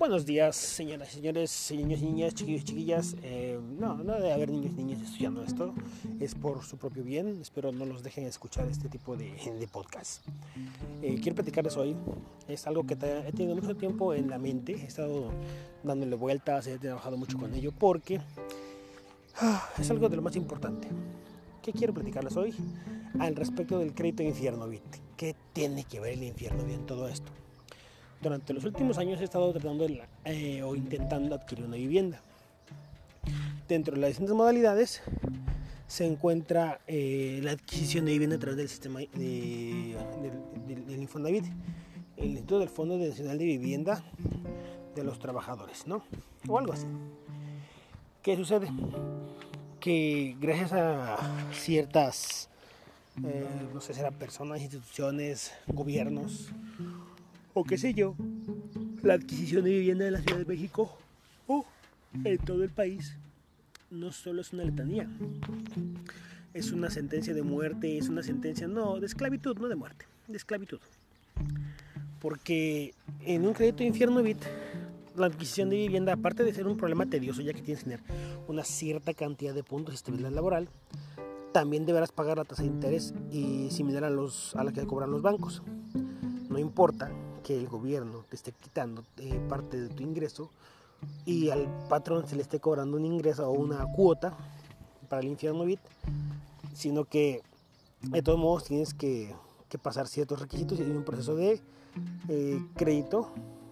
Buenos días, señoras y señores, niños y niñas, chiquillos y chiquillas. No debe haber niños y niñas estudiando esto. Es por su propio bien. Espero no los dejen escuchar este tipo de podcast. Quiero platicarles hoy. Es algo que he tenido mucho tiempo en la mente. He estado dándole vueltas, he trabajado mucho con ello porque es algo de lo más importante. ¿Qué quiero platicarles hoy? Al respecto del crédito Infiernovit. ¿Qué tiene que ver el Infiernovit en todo esto? Durante los últimos años he estado tratando o intentando adquirir una vivienda. Dentro de las distintas modalidades se encuentra la adquisición de vivienda a través del sistema del Infonavit, el Instituto del Fondo Nacional de Vivienda de los Trabajadores, ¿no? O algo así. ¿Qué sucede? Que gracias a ciertas, no sé si eran personas, instituciones, gobiernos, o qué sé yo, la adquisición de vivienda de la Ciudad de México o en todo el país no solo es una letanía, es una sentencia de muerte, es una sentencia de esclavitud, no de muerte, de esclavitud. Porque en un crédito Infiernovit, la adquisición de vivienda, aparte de ser un problema tedioso, ya que tienes que tener una cierta cantidad de puntos de estabilidad laboral, también deberás pagar la tasa de interés y similar a la que cobran los bancos. No importa que el gobierno te esté quitando parte de tu ingreso y al patrón se le esté cobrando un ingreso o una cuota para el Infiernovit, sino que de todos modos tienes que pasar ciertos requisitos y hay un proceso de crédito,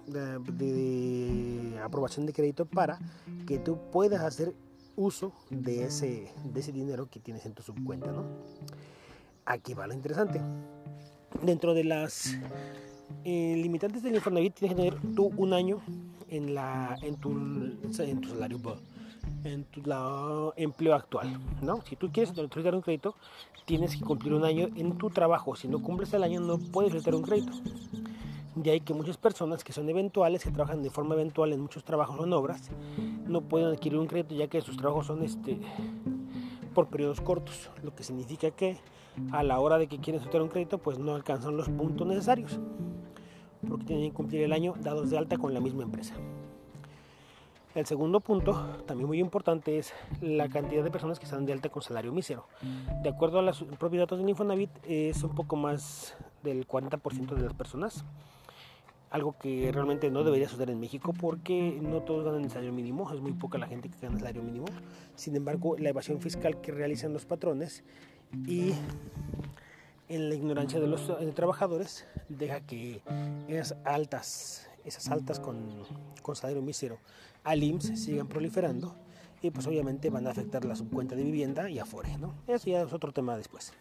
de aprobación de crédito para que tú puedas hacer uso de ese dinero que tienes en tu subcuenta, ¿no? Aquí va lo interesante. Dentro de las limitantes del Infonavit tienes que tener tú un año en tu salario, en tu empleo actual, ¿no? Si tú quieres solicitar un crédito, tienes que cumplir un año en tu trabajo. Si no cumples el año, no puedes solicitar un crédito. De ahí que muchas personas que son eventuales, que trabajan de forma eventual en muchos trabajos o en obras, no pueden adquirir un crédito ya que sus trabajos son por periodos cortos, lo que significa que a la hora de que quieren solicitar un crédito, pues no alcanzan los puntos necesarios, porque tienen que cumplir el año dados de alta con la misma empresa. El segundo punto, también muy importante, es la cantidad de personas que están de alta con salario mísero. De acuerdo a los propios datos del Infonavit, es un poco más del 40% de las personas, algo que realmente no debería suceder en México porque no todos ganan el salario mínimo, es muy poca la gente que gana el salario mínimo. Sin embargo, la evasión fiscal que realizan los patrones y en la ignorancia de los trabajadores deja que esas altas con salario mísero al IMSS sigan proliferando y pues obviamente van a afectar la subcuenta de vivienda y Afore, ¿no? Eso ya es otro tema después.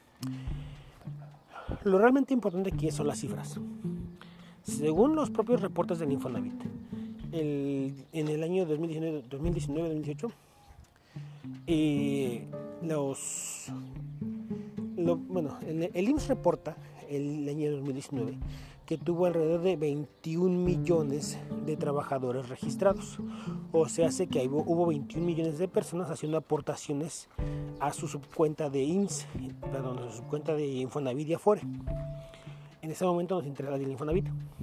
Lo realmente importante aquí son las cifras. Según los propios reportes del Infonavit, en el año 2019-2018, el IMSS reporta el año 2019 que tuvo alrededor de 21 millones de trabajadores registrados. O sea, hace que hubo 21 millones de personas haciendo aportaciones a su subcuenta de IMSS, a su subcuenta de Infonavit y Afore. En ese momento nos interesa el Infonavit.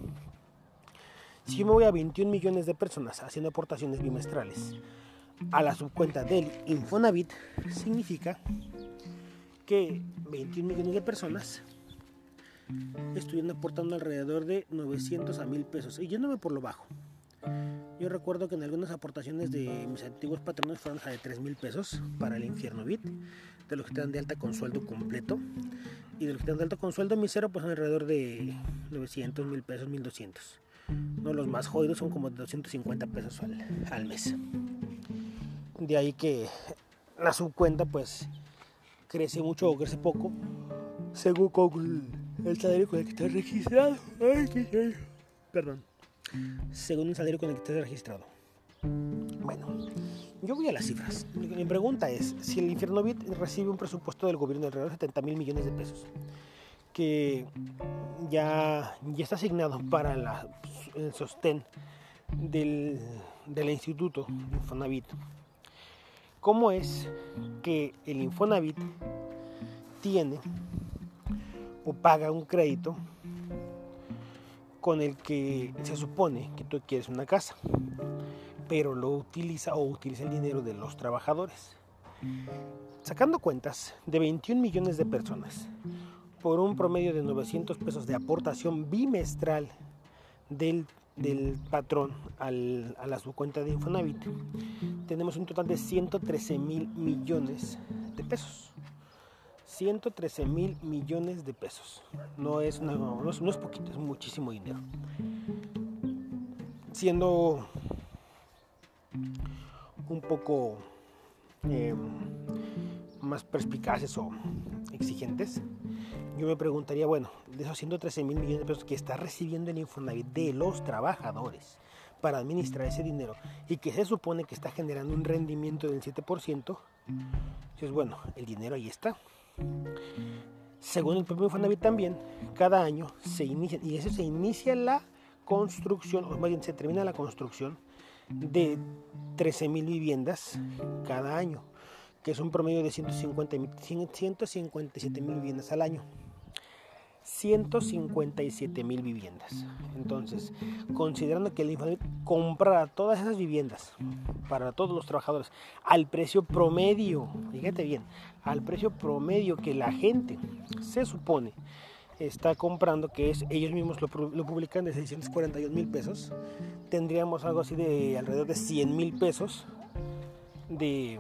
Si yo me voy a 21 millones de personas haciendo aportaciones bimestrales a la subcuenta del Infonavit, significa que 21 millones de personas estuvieron aportando alrededor de 900 a 1000 pesos. Y yéndome por lo bajo, yo recuerdo que en algunas aportaciones de mis antiguos patrones fueron de 3,000 pesos para el Infiernovit, de los que están de alta con sueldo completo, y de los que están de alta con sueldo misero pues son alrededor de 900, 1000 pesos, 1200. No, los más jodidos son como de 250 pesos al mes. De ahí que la subcuenta pues crece mucho o crece poco según con el salario con el que estás registrado. Según el salario con el que estás registrado. Bueno, yo voy a las cifras. Mi pregunta es, si el Infiernovit recibe un presupuesto del gobierno de alrededor de 70,000 millones de pesos, que ya está asignado para el sostén del Instituto Infonavit, ¿cómo es que el Infonavit tiene o paga un crédito con el que se supone que tú quieres una casa, pero lo utiliza el dinero de los trabajadores. Sacando cuentas de 21 millones de personas por un promedio de 900 pesos de aportación bimestral del patrón a la subcuenta de Infonavit, tenemos un total de 113 mil millones de pesos. 113 mil millones de pesos. No es poquito, es muchísimo dinero. Siendo un poco más perspicaces o exigentes, yo me preguntaría, bueno, de esos 113 mil millones de pesos que está recibiendo el Infonavit de los trabajadores para administrar ese dinero y que se supone que está generando un rendimiento del 7%, pues bueno, el dinero ahí está. Según el propio Infonavit también, cada año se inicia la construcción, o más bien se termina la construcción de 13,000 viviendas cada año, que es un promedio de 157,000 viviendas al año. 157,000 viviendas. Entonces, considerando que el Infonavit comprara todas esas viviendas para todos los trabajadores al precio promedio, fíjate bien, al precio promedio que la gente se supone está comprando, que es, ellos mismos lo publican, de 641,000 pesos, tendríamos algo así de alrededor de 100,000 pesos de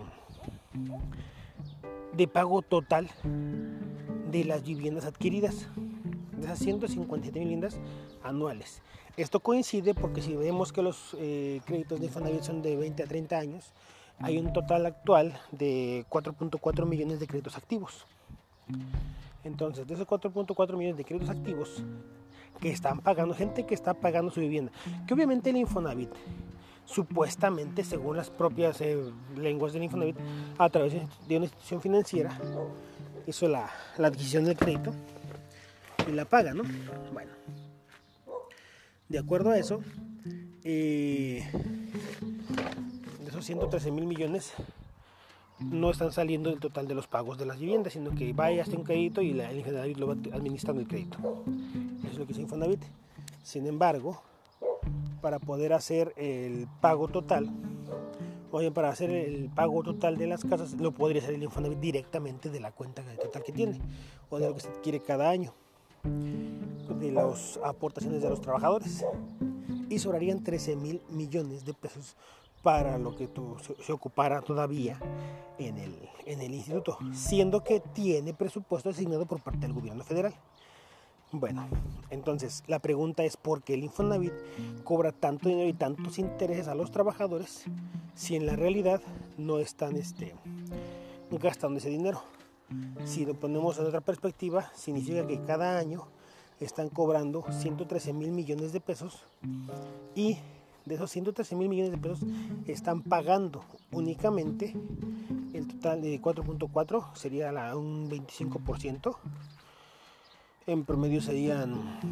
pago total de las viviendas adquiridas, de esas 157,000 viviendas anuales. Esto coincide porque si vemos que los créditos de Infonavit son de 20 a 30 años, hay un total actual de 4.4 millones de créditos activos. Entonces, de esos 4.4 millones de créditos activos que están pagando, gente que está pagando su vivienda, que obviamente el Infonavit, supuestamente, según las propias lenguas del Infonavit, a través de una institución financiera, hizo la adquisición del crédito y la paga, ¿no? Bueno, de acuerdo a eso, de esos 113 mil millones no están saliendo del total de los pagos de las viviendas, sino que vaya hasta un crédito y el Infonavit lo va administrando el crédito. Eso es lo que es Infonavit. Sin embargo, para poder hacer el pago total, o bien para hacer el pago total de las casas, lo podría hacer el Infonavit directamente de la cuenta total que tiene, o de lo que se adquiere cada año, de las aportaciones de los trabajadores, y sobrarían 13 mil millones de pesos para lo que se ocupara todavía en el instituto, siendo que tiene presupuesto asignado por parte del gobierno federal. Bueno, entonces la pregunta es ¿por qué el Infonavit cobra tanto dinero y tantos intereses a los trabajadores si en la realidad no están gastando ese dinero? Si lo ponemos en otra perspectiva, significa que cada año están cobrando 113 mil millones de pesos y de esos 113 mil millones de pesos están pagando únicamente el total de 4.4, sería un 25%. En promedio serían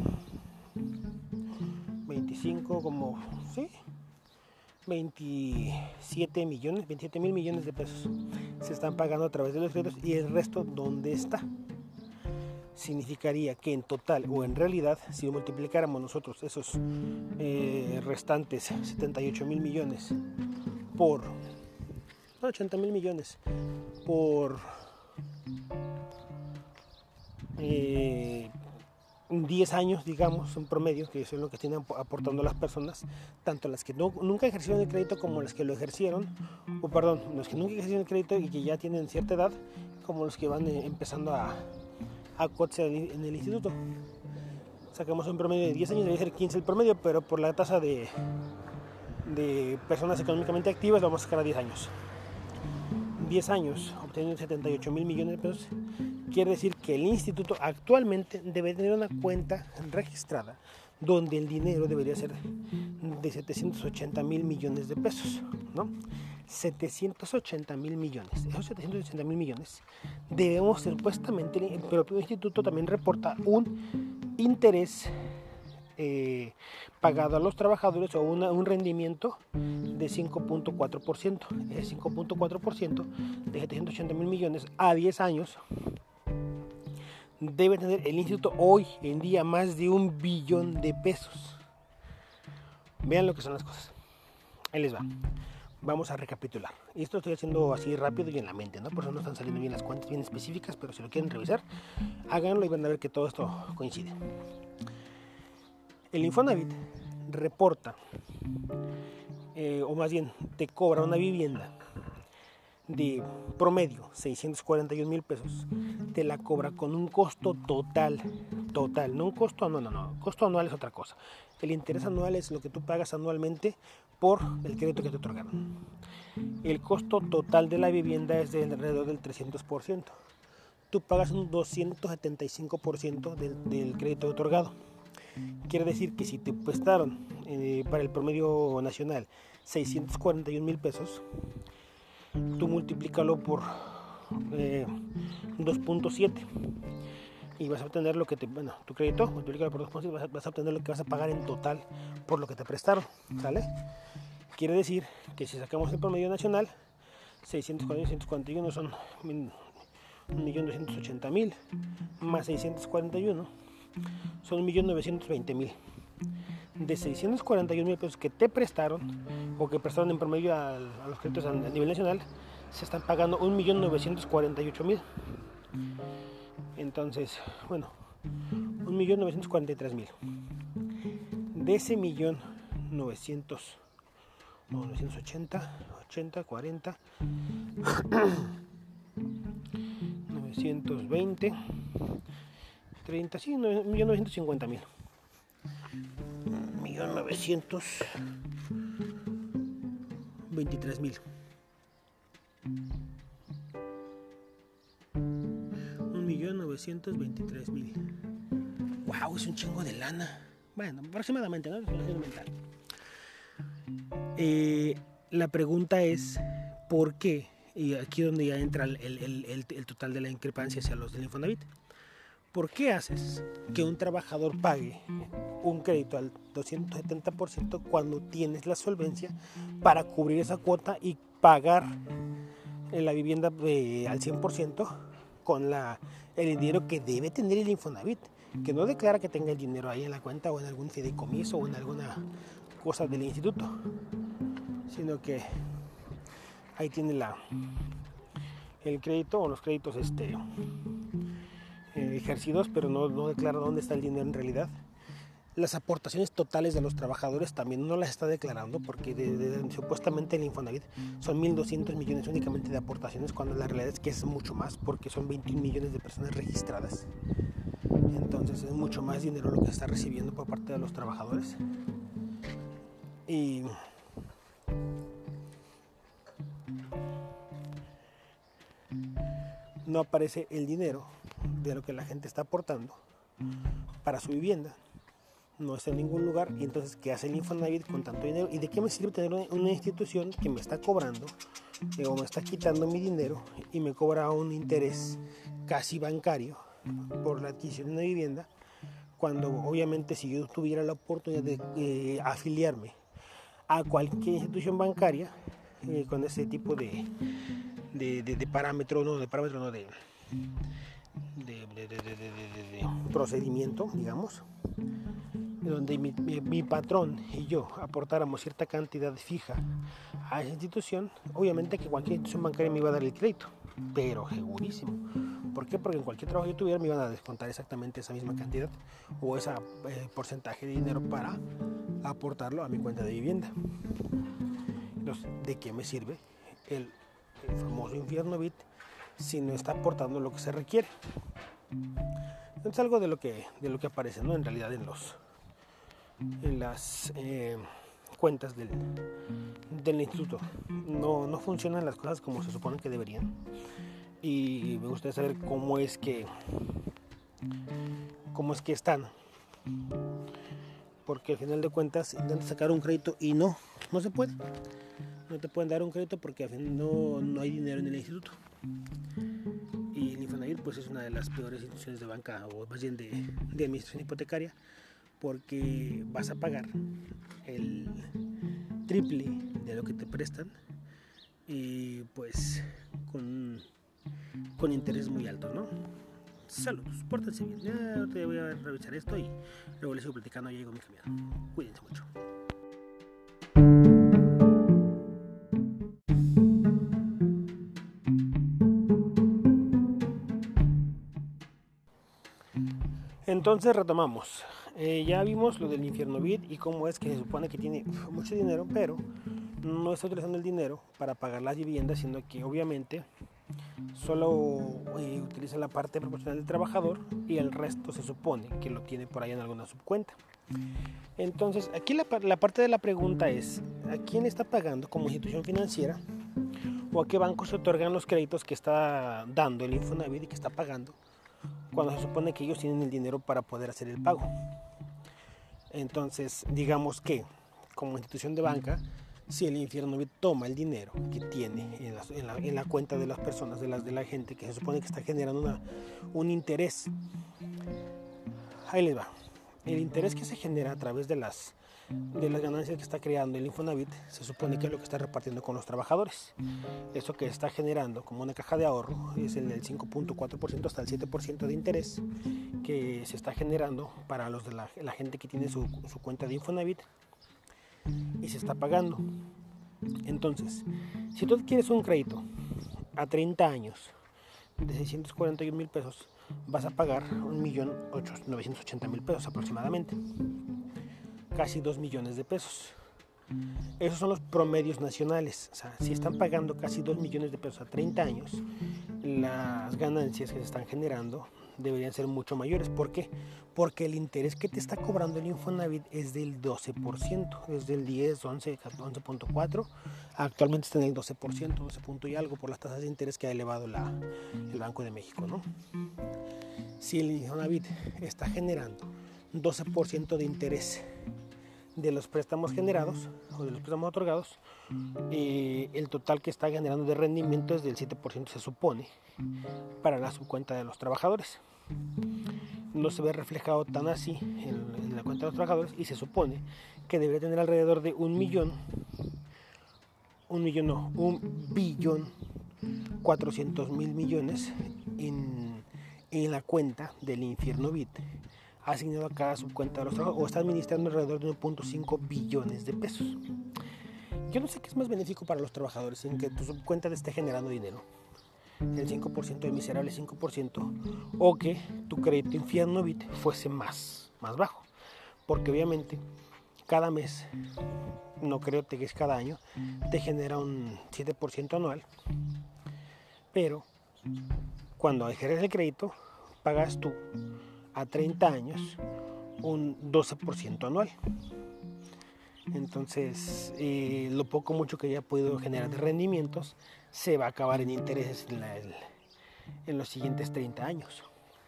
27 mil millones de pesos se están pagando a través de los créditos, y el resto, ¿dónde está? Significaría que en total o en realidad, si multiplicáramos nosotros esos restantes 78 mil millones por 80 mil millones por 10 años, digamos, en promedio, que es lo que tienen aportando las personas, tanto las que nunca ejercieron el crédito como las que lo ejercieron, los que nunca ejercieron el crédito y que ya tienen cierta edad, como los que van empezando a cotizar en el instituto. Sacamos un promedio de 10 años, debe ser 15 el promedio, pero por la tasa de personas económicamente activas vamos a sacar a 10 años. 10 años, obteniendo 78 mil millones de pesos, quiere decir que el instituto actualmente debe tener una cuenta registrada donde el dinero debería ser de 780 mil millones de pesos, ¿no? 780 mil millones. Esos 780 mil millones debemos, supuestamente, el propio instituto también reporta un interés pagado a los trabajadores, o un rendimiento de 5.4%. El 5.4% de 780 mil millones a 10 años debe tener el instituto hoy en día más de 1 billón de pesos. Vean lo que son las cosas. Ahí les va. Vamos a recapitular. Y esto lo estoy haciendo así rápido y en la mente, ¿no? Por eso no están saliendo bien las cuentas bien específicas, pero si lo quieren revisar, háganlo y van a ver que todo esto coincide. El Infonavit reporta, o más bien te cobra una vivienda de promedio 641,000 pesos, te la cobra con un costo total, no un costo, no, costo anual es otra cosa. El interés anual es lo que tú pagas anualmente por el crédito que te otorgaron. El costo total de la vivienda es de alrededor del 300%. Tú pagas un 275% del crédito otorgado. Quiere decir que si te prestaron para el promedio nacional 641,000 pesos, tú multiplícalo por 2.7 y vas a obtener lo que tu crédito, multiplícalo por 2.7, vas a obtener lo que vas a pagar en total por lo que te prestaron, ¿sale? Quiere decir que si sacamos el promedio nacional, 641 son 1.280.000 más 641 son 1.920.000. De 641,000 pesos que te prestaron o que prestaron en promedio a los créditos a nivel nacional, se están pagando 1.948.000. Entonces, 1.943.000. De ese 980, 40, 920, 30, sí, 1.950.000. 1.923.000. 1.923.000. Wow, es un chingo de lana. Bueno, aproximadamente, ¿no? Es mental. La pregunta es, ¿por qué? Y aquí es donde ya entra el total de la discrepancia hacia los del Infonavit. ¿Por qué haces que un trabajador pague un crédito al 270% cuando tienes la solvencia para cubrir esa cuota y pagar la vivienda al 100% con el dinero que debe tener el Infonavit? Que no declara que tenga el dinero ahí en la cuenta o en algún fideicomiso o en alguna cosa del instituto, sino que ahí tiene el crédito o los créditos ejercidos, pero no declara dónde está el dinero en realidad. Las aportaciones totales de los trabajadores también no las está declarando, porque supuestamente el Infonavit son 1.200 millones únicamente de aportaciones, cuando la realidad es que es mucho más, porque son 21 millones de personas registradas. Entonces es mucho más dinero lo que está recibiendo por parte de los trabajadores. Y no aparece el dinero de lo que la gente está aportando para su vivienda. No está en ningún lugar. Y entonces, ¿qué hace el Infonavit con tanto dinero? ¿Y de qué me sirve tener una institución que me está cobrando o me está quitando mi dinero y me cobra un interés casi bancario por la adquisición de una vivienda, cuando obviamente si yo tuviera la oportunidad de afiliarme a cualquier institución bancaria con ese tipo de procedimiento, digamos, donde mi patrón y yo aportáramos cierta cantidad fija a esa institución, obviamente que cualquier institución bancaria me iba a dar el crédito, pero segurísimo. ¿Por qué? Porque en cualquier trabajo que yo tuviera me iban a descontar exactamente esa misma cantidad o ese porcentaje de dinero para aportarlo a mi cuenta de vivienda. Entonces, ¿de qué me sirve el famoso Infonavit si no está aportando lo que se requiere? Es algo de lo que aparece, ¿no? En realidad en las cuentas del instituto. No funcionan las cosas como se supone que deberían. Y me gustaría saber cómo es que están. Porque al final de cuentas intentan sacar un crédito y no se puede. No te pueden dar un crédito porque al final no hay dinero en el instituto. Y el Infonavit pues es una de las peores instituciones de banca, o más bien de administración hipotecaria, porque vas a pagar el triple de lo que te prestan y pues con intereses muy altos, ¿no? Saludos, pórtense bien. Ya te voy a revisar esto y luego les sigo platicando. Ya llegó mi camión. Cuídense mucho. Entonces retomamos. Ya vimos lo del Infiernovit y cómo es que se supone que tiene mucho dinero, pero no está utilizando el dinero para pagar las viviendas, sino que obviamente solo utiliza la parte proporcional del trabajador y el resto se supone que lo tiene por ahí en alguna subcuenta. Entonces, aquí la parte de la pregunta es, ¿a quién le está pagando como institución financiera o a qué bancos se otorgan los créditos que está dando el Infonavit y que está pagando cuando se supone que ellos tienen el dinero para poder hacer el pago? Entonces, digamos que como institución de banca, si el Infiernovit toma el dinero que tiene en la cuenta de las personas, de la gente que se supone que está generando un interés, ahí les va. El interés que se genera a través de las ganancias que está creando el Infonavit se supone que es lo que está repartiendo con los trabajadores. Eso que está generando como una caja de ahorro es el del 5.4% hasta el 7% de interés que se está generando para los de la gente que tiene su cuenta de Infonavit y se está pagando. Entonces, si tú adquieres un crédito a 30 años de 641,000 pesos, vas a pagar 1,980,000 pesos aproximadamente, casi 2 millones de pesos. Esos son los promedios nacionales. O sea, si están pagando casi 2 millones de pesos a 30 años, las ganancias que se están generando deberían ser mucho mayores. ¿Por qué? Porque el interés que te está cobrando el Infonavit es del 12%, es del 10, 11, 11.4, actualmente está en el 12%, 12 punto y algo por las tasas de interés que ha elevado el Banco de México, ¿no? Si el Infonavit está generando 12% de interés de los préstamos generados o de los préstamos otorgados, el total que está generando de rendimiento es del 7%, se supone, para la subcuenta de los trabajadores. No se ve reflejado tan así en la cuenta de los trabajadores y se supone que debería tener alrededor de 1,400,000,000,000 en la cuenta del Infiernovit asignado a cada subcuenta de los trabajadores, o está administrando alrededor de 1.5 billones de pesos. Yo no sé qué es más benéfico para los trabajadores, en que tu subcuenta te esté generando dinero, el 5%, el miserable 5%, o que tu crédito Infiernovit fuese más bajo, porque obviamente cada mes, no creo que es cada año, te genera un 7% anual, pero cuando ejerces el crédito pagas tú a 30 años un 12% anual. Entonces, lo poco mucho que ya puedo generar de rendimientos se va a acabar en intereses en los siguientes 30 años.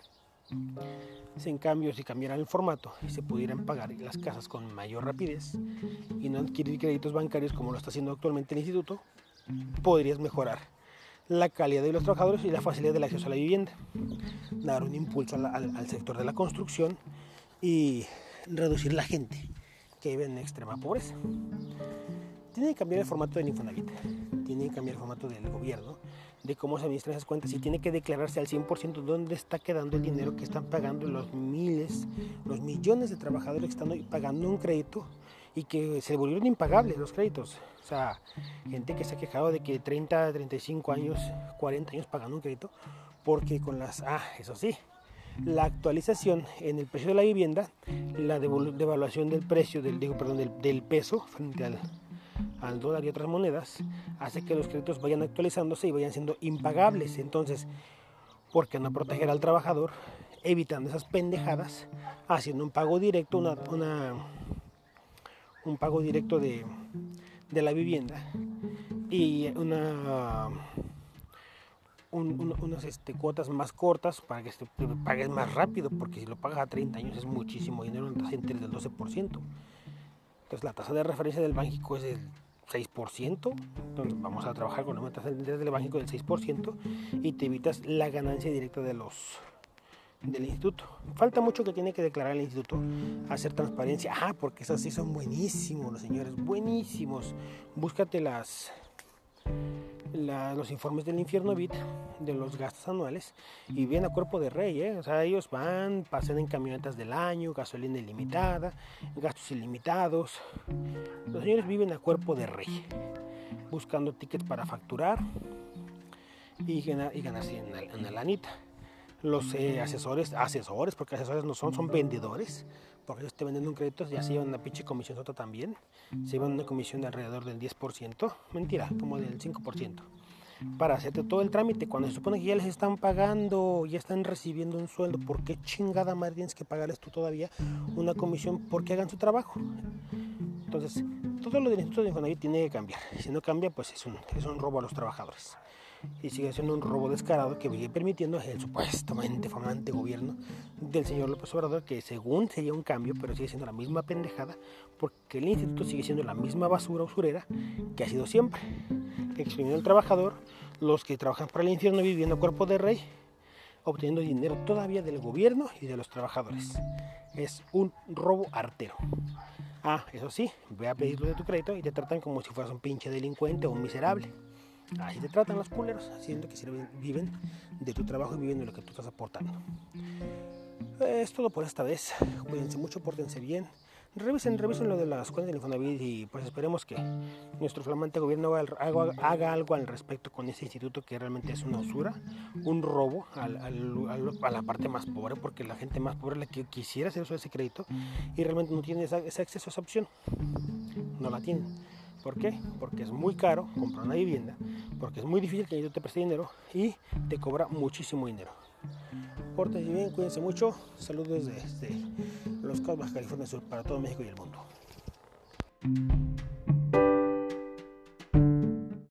En cambio, si cambiaran el formato y se pudieran pagar las casas con mayor rapidez y no adquirir créditos bancarios como lo está haciendo actualmente el instituto, podrías mejorar la calidad de los trabajadores y la facilidad del acceso a la vivienda, dar un impulso al sector de la construcción y reducir la gente que vive en extrema pobreza. Tiene que cambiar el formato del Infonavit, tiene que cambiar el formato del gobierno, de cómo se administran esas cuentas, y tiene que declararse al 100% dónde está quedando el dinero que están pagando los millones de trabajadores que están hoy pagando un crédito y que se volvieron impagables los créditos. O sea, gente que se ha quejado de que 30, 35 años, 40 años pagando un crédito, porque con eso sí, la actualización en el precio de la vivienda, la devaluación del precio del peso frente al dólar y otras monedas, hace que los créditos vayan actualizándose y vayan siendo impagables. Entonces, ¿por qué no proteger al trabajador evitando esas pendejadas, haciendo un pago directo, un pago directo de la vivienda y unas cuotas más cortas para que pagues más rápido? Porque si lo pagas a 30 años es muchísimo dinero, una tasa de interés del 12%. Entonces la tasa de referencia del Banxico es del 6%, entonces vamos a trabajar con una tasa de interés del Banxico del 6% y te evitas la ganancia directa del instituto. Falta mucho que tiene que declarar el instituto, hacer transparencia, porque esas sí son buenísimos los señores, buenísimos. Búscate los informes del Infiernovit de los gastos anuales y viven a cuerpo de rey, ¿eh? O sea, ellos van, pasan en camionetas del año, gasolina ilimitada, gastos ilimitados. Los señores viven a cuerpo de rey, buscando tickets para facturar y ganarse una lanita. Los asesores, porque asesores no son vendedores, porque ellos te venden un crédito, ya se llevan una pinche comisión sota también, se llevan una comisión de alrededor del 10%, mentira, como del 5%, para hacerte todo el trámite, cuando se supone que ya les están pagando, ya están recibiendo un sueldo. ¿Por qué chingada madre tienes que pagarles tú todavía una comisión porque hagan su trabajo? Entonces, todo lo del Instituto de Infonavit tiene que cambiar, si no cambia, pues es un robo a los trabajadores. Y sigue siendo un robo descarado que sigue permitiendo el supuestamente flamante gobierno del señor López Obrador, que según sería un cambio, pero sigue siendo la misma pendejada, porque el instituto sigue siendo la misma basura usurera que ha sido siempre, exprimiendo al trabajador, los que trabajan para el infierno viviendo a cuerpo de rey, obteniendo dinero todavía del gobierno y de los trabajadores. Es un robo artero. Eso sí, ve a pedirlo de tu crédito y te tratan como si fueras un pinche delincuente o un miserable. Así te tratan los culeros, haciendo que viven de tu trabajo y viven de lo que tú estás aportando. Es todo por esta vez. Cuídense mucho, pórtense bien. Revisen lo de las cuentas del Infonavit y pues esperemos que nuestro flamante gobierno haga algo al respecto con ese instituto, que realmente es una usura, un robo a la parte más pobre, porque la gente más pobre es la que quisiera hacer uso de ese crédito y realmente no tiene ese acceso a esa opción. No la tienen. ¿Por qué? Porque es muy caro comprar una vivienda, porque es muy difícil que yo te preste dinero y te cobra muchísimo dinero. Pórtense bien, cuídense mucho. Saludos desde Los Cabos, Baja California Sur, para todo México y el mundo.